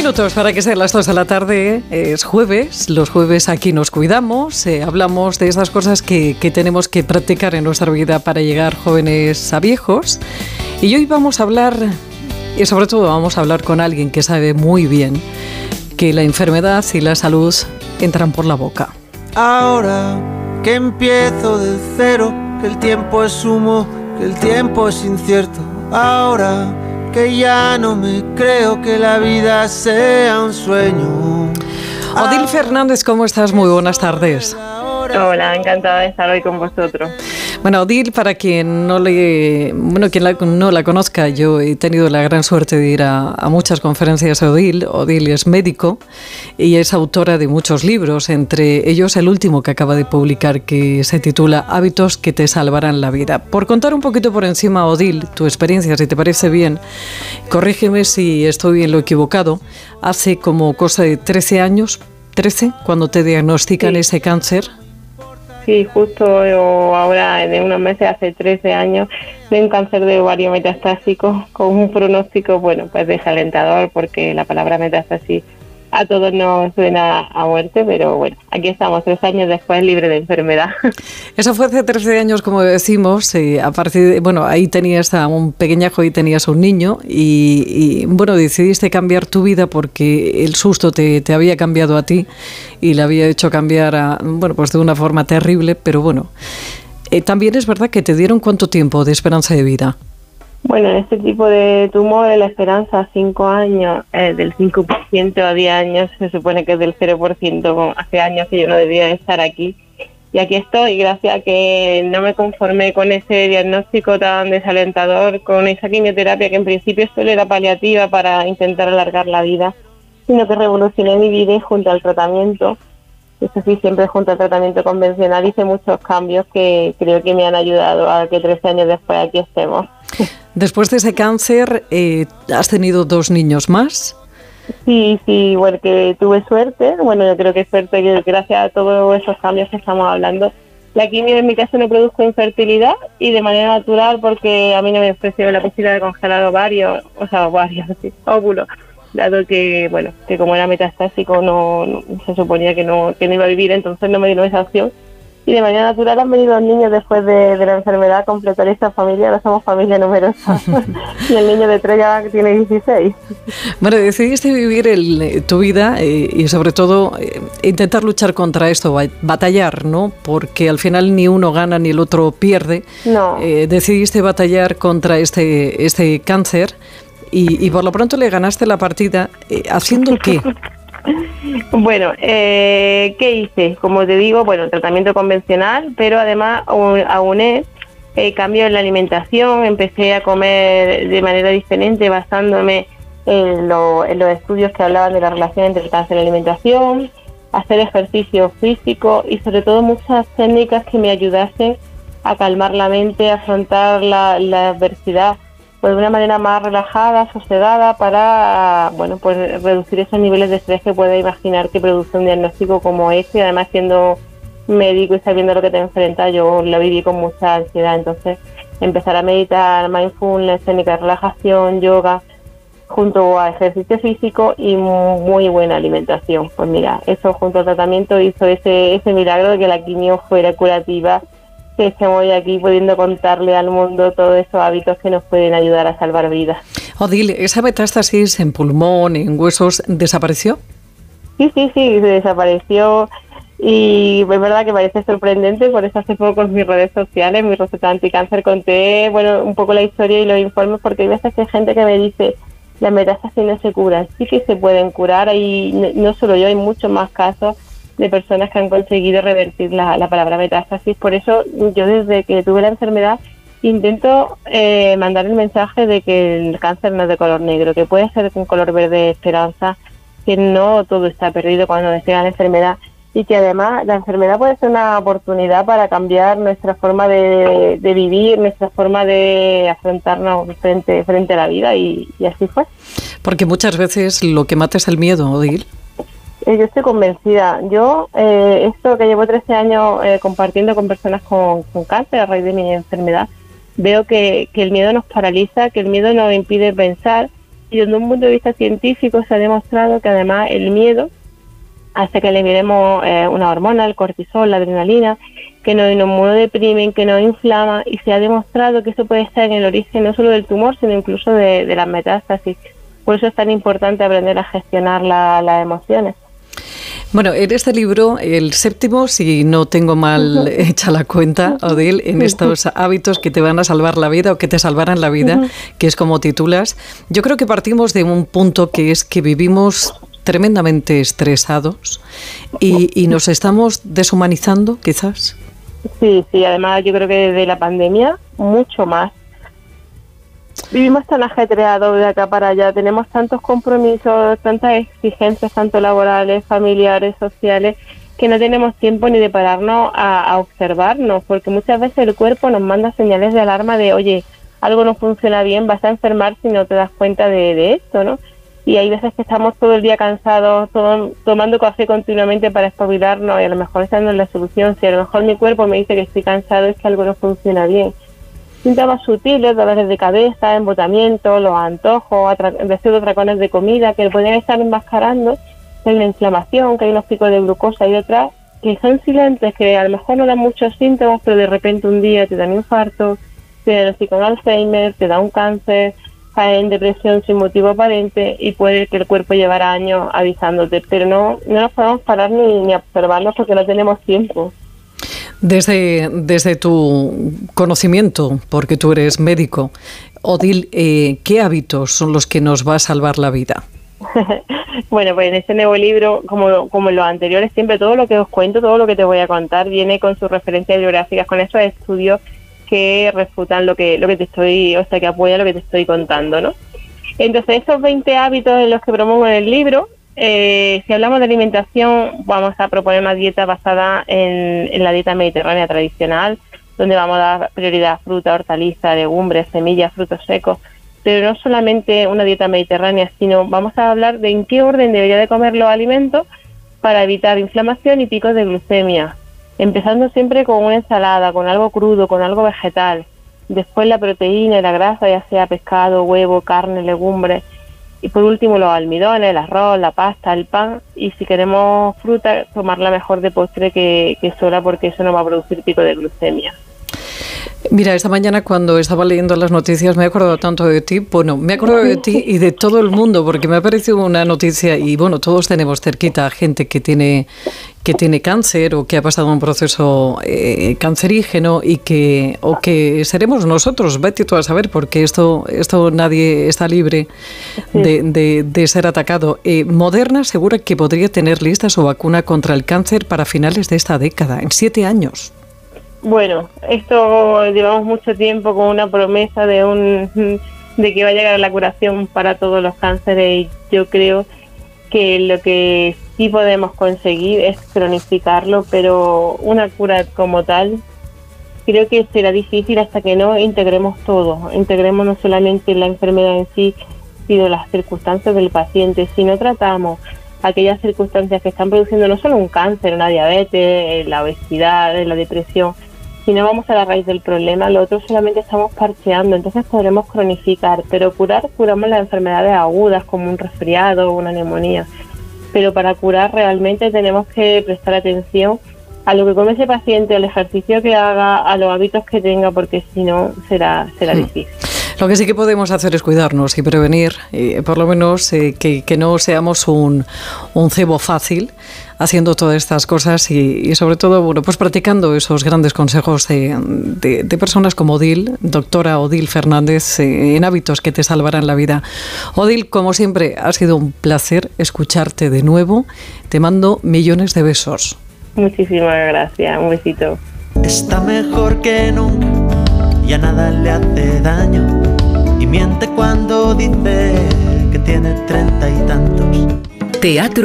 minutos para que sean las 2 de la tarde. Es jueves, los jueves aquí nos cuidamos, hablamos de esas cosas que tenemos que practicar en nuestra vida para llegar jóvenes a viejos. Y hoy vamos a hablar, y sobre todo vamos a hablar con alguien que sabe muy bien que la enfermedad y la salud entran por la boca. Ahora que empiezo de cero, que el tiempo es humo, que el tiempo es incierto. Ahora que ya no me creo que la vida sea un sueño. Odil Fernández, ¿cómo estás? Muy buenas tardes. Hola, encantada de estar hoy con vosotros. Bueno, Odil, para quien no la conozca, yo he tenido la gran suerte de ir a muchas conferencias de Odil. Odil es médico y es autora de muchos libros, entre ellos el último que acaba de publicar, que se titula Hábitos que te salvarán la vida. Por contar un poquito por encima, Odil, tu experiencia, si te parece bien, corrígeme si estoy en lo equivocado, hace como cosa de 13 años, 13, cuando te diagnostican ese cáncer. Sí, justo ahora, en unos meses, hace 13 años, de un cáncer de ovario metastásico con un pronóstico, bueno, pues desalentador, porque la palabra metástasis a todos nos suena a muerte, pero bueno, aquí estamos 3 años después, libre de enfermedad. Eso fue hace 13 años, como decimos, a partir de, bueno, ahí tenías a un pequeñajo y tenías a un niño y bueno, decidiste cambiar tu vida porque el susto te había cambiado a ti y le había hecho cambiar pues de una forma terrible, pero bueno, también es verdad que te dieron ¿cuánto tiempo de esperanza de vida? Bueno, en este tipo de tumores la esperanza a 5 años es del 5%, a 10 años se supone que es del 0%, hace años que yo no debía estar aquí. Y aquí estoy, gracias a que no me conformé con ese diagnóstico tan desalentador, con esa quimioterapia que en principio solo era paliativa para intentar alargar la vida, sino que revolucioné mi vida y junto al tratamiento, eso sí, siempre junto al tratamiento convencional, hice muchos cambios que creo que me han ayudado a que 13 años después aquí estemos. Después de ese cáncer, ¿has tenido 2 niños más? Sí, bueno, que tuve suerte. Bueno, yo creo que suerte que gracias a todos esos cambios que estamos hablando, la quimio en mi caso no produjo infertilidad y de manera natural porque a mí no me ofreció la posibilidad de congelar ovarios, sí, óvulos, dado que, bueno, que como era metastásico no se suponía que no iba a vivir, entonces no me dieron esa opción. Y de manera natural han venido los niños después de la enfermedad a completar esta familia. Ahora somos familia numerosa. Y el niño de 3 ya tiene 16. Bueno, decidiste vivir tu vida y sobre todo intentar luchar contra esto, batallar, ¿no? Porque al final ni uno gana ni el otro pierde. No. Decidiste batallar contra este cáncer y por lo pronto le ganaste la partida. ¿Haciendo qué? Bueno, ¿qué hice? Como te digo, bueno, tratamiento convencional, pero además auné cambio en la alimentación, empecé a comer de manera diferente basándome en los estudios que hablaban de la relación entre el cáncer y la alimentación, hacer ejercicio físico y sobre todo muchas técnicas que me ayudasen a calmar la mente, a afrontar la adversidad pues de una manera más relajada, sosegada, para bueno, pues reducir esos niveles de estrés que puedes imaginar que produce un diagnóstico como este. Además, siendo médico y sabiendo lo que te enfrentas, yo lo viví con mucha ansiedad. Entonces, empezar a meditar, mindfulness, técnica de relajación, yoga, junto a ejercicio físico y muy buena alimentación. Pues mira, eso junto al tratamiento hizo ese milagro de que la quimio fuera curativa, que estemos hoy aquí pudiendo contarle al mundo todos esos hábitos que nos pueden ayudar a salvar vidas. Odil, ¿esa metástasis en pulmón, en huesos, desapareció? Sí, desapareció y es verdad que parece sorprendente, por eso hace poco en mis redes sociales, mi receta anticáncer, conté un poco la historia y los informes, porque hay veces que hay gente que me dice las metástasis no se curan, sí que se pueden curar, y no solo yo, hay muchos más casos de personas que han conseguido revertir la palabra metástasis. Por eso yo desde que tuve la enfermedad intento mandar el mensaje de que el cáncer no es de color negro, que puede ser un color verde de esperanza, que no todo está perdido cuando nos llega la enfermedad y que además la enfermedad puede ser una oportunidad para cambiar nuestra forma de vivir, nuestra forma de afrontarnos frente a la vida y así fue. Porque muchas veces lo que mata es el miedo, Odil. Yo estoy convencida. Yo, esto que llevo 13 años compartiendo con personas con cáncer a raíz de mi enfermedad, veo que el miedo nos paraliza, que el miedo nos impide pensar y desde un punto de vista científico se ha demostrado que además el miedo hace que liberemos una hormona, el cortisol, la adrenalina, que nos inmunodeprimen, que nos inflama, y se ha demostrado que eso puede estar en el origen no solo del tumor, sino incluso de las metástasis. Por eso es tan importante aprender a gestionar las emociones. Bueno, en este libro, el 7º, si no tengo mal hecha la cuenta, Odile, en estos hábitos que te van a salvar la vida o que te salvarán la vida, que es como titulas, yo creo que partimos de un punto que es que vivimos tremendamente estresados y nos estamos deshumanizando, quizás. Sí, además yo creo que desde la pandemia, mucho más. Vivimos tan ajetreados de acá para allá, tenemos tantos compromisos, tantas exigencias, tanto laborales, familiares, sociales, que no tenemos tiempo ni de pararnos a observarnos, porque muchas veces el cuerpo nos manda señales de alarma de, oye, algo no funciona bien, vas a enfermar si no te das cuenta de esto, ¿no? Y hay veces que estamos todo el día cansados, tomando café continuamente para espabilarnos, y a lo mejor esa no es la solución. Si a lo mejor mi cuerpo me dice que estoy cansado, es que algo no funciona bien. Síntomas sutiles, dolores de cabeza, embotamiento, los antojos, deseo de atracones de comida, que pueden estar enmascarando que hay una inflamación, que hay unos picos de glucosa y otras que son silentes, que a lo mejor no dan muchos síntomas, pero de repente un día te dan infarto, te diagnostican Alzheimer, te da un cáncer, cae en depresión sin motivo aparente, y puede que el cuerpo llevara años avisándote, pero no nos podemos parar ni observarnos porque no tenemos tiempo. Desde tu conocimiento, porque tú eres médico, Odile, ¿qué hábitos son los que nos va a salvar la vida? Bueno, pues en este nuevo libro, como en los anteriores, siempre todo lo que os cuento, todo lo que te voy a contar, viene con sus referencias bibliográficas, con esos estudios que refutan lo que te estoy, o sea, que apoya lo que te estoy contando, ¿no? Entonces, estos 20 hábitos en los que promuevo en el libro, si hablamos de alimentación, vamos a proponer una dieta basada en la dieta mediterránea tradicional, donde vamos a dar prioridad a fruta, hortaliza, legumbres, semillas, frutos secos, pero no solamente una dieta mediterránea, sino vamos a hablar de en qué orden debería de comer los alimentos para evitar inflamación y picos de glucemia, empezando siempre con una ensalada, con algo crudo, con algo vegetal, después la proteína y la grasa, ya sea pescado, huevo, carne, legumbres, y por último los almidones, el arroz, la pasta, el pan, y si queremos fruta, tomarla mejor de postre que sola, porque eso no va a producir pico de glucemia. Mira, esta mañana cuando estaba leyendo las noticias me he acordado tanto de ti, bueno, me he acordado de ti y de todo el mundo, porque me ha parecido una noticia, y bueno, todos tenemos cerquita a gente que tiene cáncer o que ha pasado un proceso cancerígeno o que seremos nosotros, vete tú a saber, porque esto nadie está libre de ser atacado. Moderna asegura que podría tener lista su vacuna contra el cáncer para finales de esta década, en 7 años. Bueno, esto llevamos mucho tiempo con una promesa de que va a llegar la curación para todos los cánceres, y yo creo que lo que sí podemos conseguir es cronificarlo, pero una cura como tal creo que será difícil hasta que no integremos todo, integremos no solamente la enfermedad en sí, sino las circunstancias del paciente. Si no tratamos aquellas circunstancias que están produciendo no solo un cáncer, una diabetes, la obesidad, la depresión, si no vamos a la raíz del problema, lo otro solamente estamos parcheando, entonces podremos cronificar, pero curamos las enfermedades agudas como un resfriado o una neumonía. Pero para curar realmente tenemos que prestar atención a lo que come ese paciente, al ejercicio que haga, a los hábitos que tenga, porque si no será difícil. Lo que sí que podemos hacer es cuidarnos y prevenir, por lo menos que no seamos un cebo fácil haciendo todas estas cosas y sobre todo, bueno, pues practicando esos grandes consejos de personas como Odile, doctora Odile Fernández, en hábitos que te salvarán la vida. Odile, como siempre, ha sido un placer escucharte de nuevo. Te mando millones de besos. Muchísimas gracias, un besito. Está mejor que nunca, ya nada le hace daño, y miente cuando dice que tiene 30 y tantos. Teatro